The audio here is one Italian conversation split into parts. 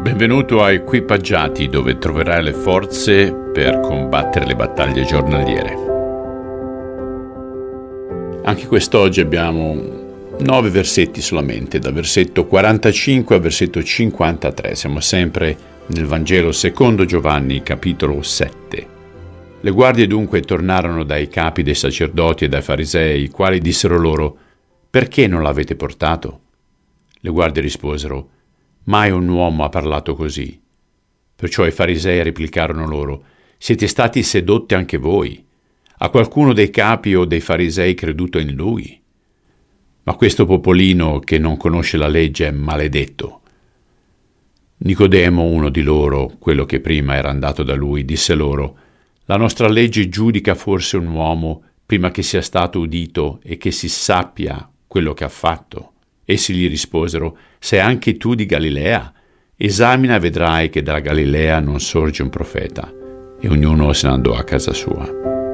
Benvenuto a Equipaggiati, dove troverai le forze per combattere le battaglie giornaliere. Anche quest'oggi abbiamo 9 versetti solamente, da versetto 45 a versetto 53. Siamo sempre nel Vangelo secondo Giovanni, capitolo 7. Le guardie dunque tornarono dai capi dei sacerdoti e dai farisei, i quali dissero loro: «Perché non l'avete portato?» Le guardie risposero: «Mai un uomo ha parlato così». Perciò i farisei replicarono loro: «Siete stati sedotti anche voi? Ha qualcuno dei capi o dei farisei creduto in lui? Ma questo popolino che non conosce la legge è maledetto». Nicodemo, uno di loro, quello che prima era andato da lui, disse loro: «La nostra legge giudica forse un uomo prima che sia stato udito e che si sappia quello che ha fatto?» Essi gli risposero: «Sei anche tu di Galilea? Esamina e vedrai che dalla Galilea non sorge un profeta». E ognuno se ne andò a casa sua.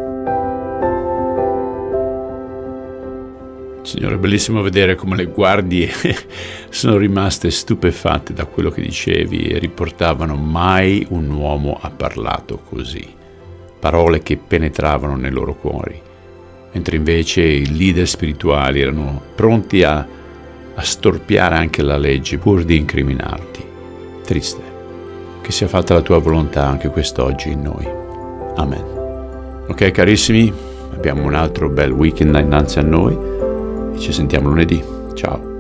Signore, è bellissimo vedere come le guardie sono rimaste stupefatte da quello che dicevi e riportavano: «Mai un uomo ha parlato così». Parole che penetravano nei loro cuori, mentre invece i leader spirituali erano pronti a storpiare anche la legge pur di incriminarti. Triste. Che sia fatta la tua volontà anche quest'oggi in noi. Amen. Ok, carissimi, abbiamo un altro bel weekend innanzi a noi e ci sentiamo lunedì. Ciao.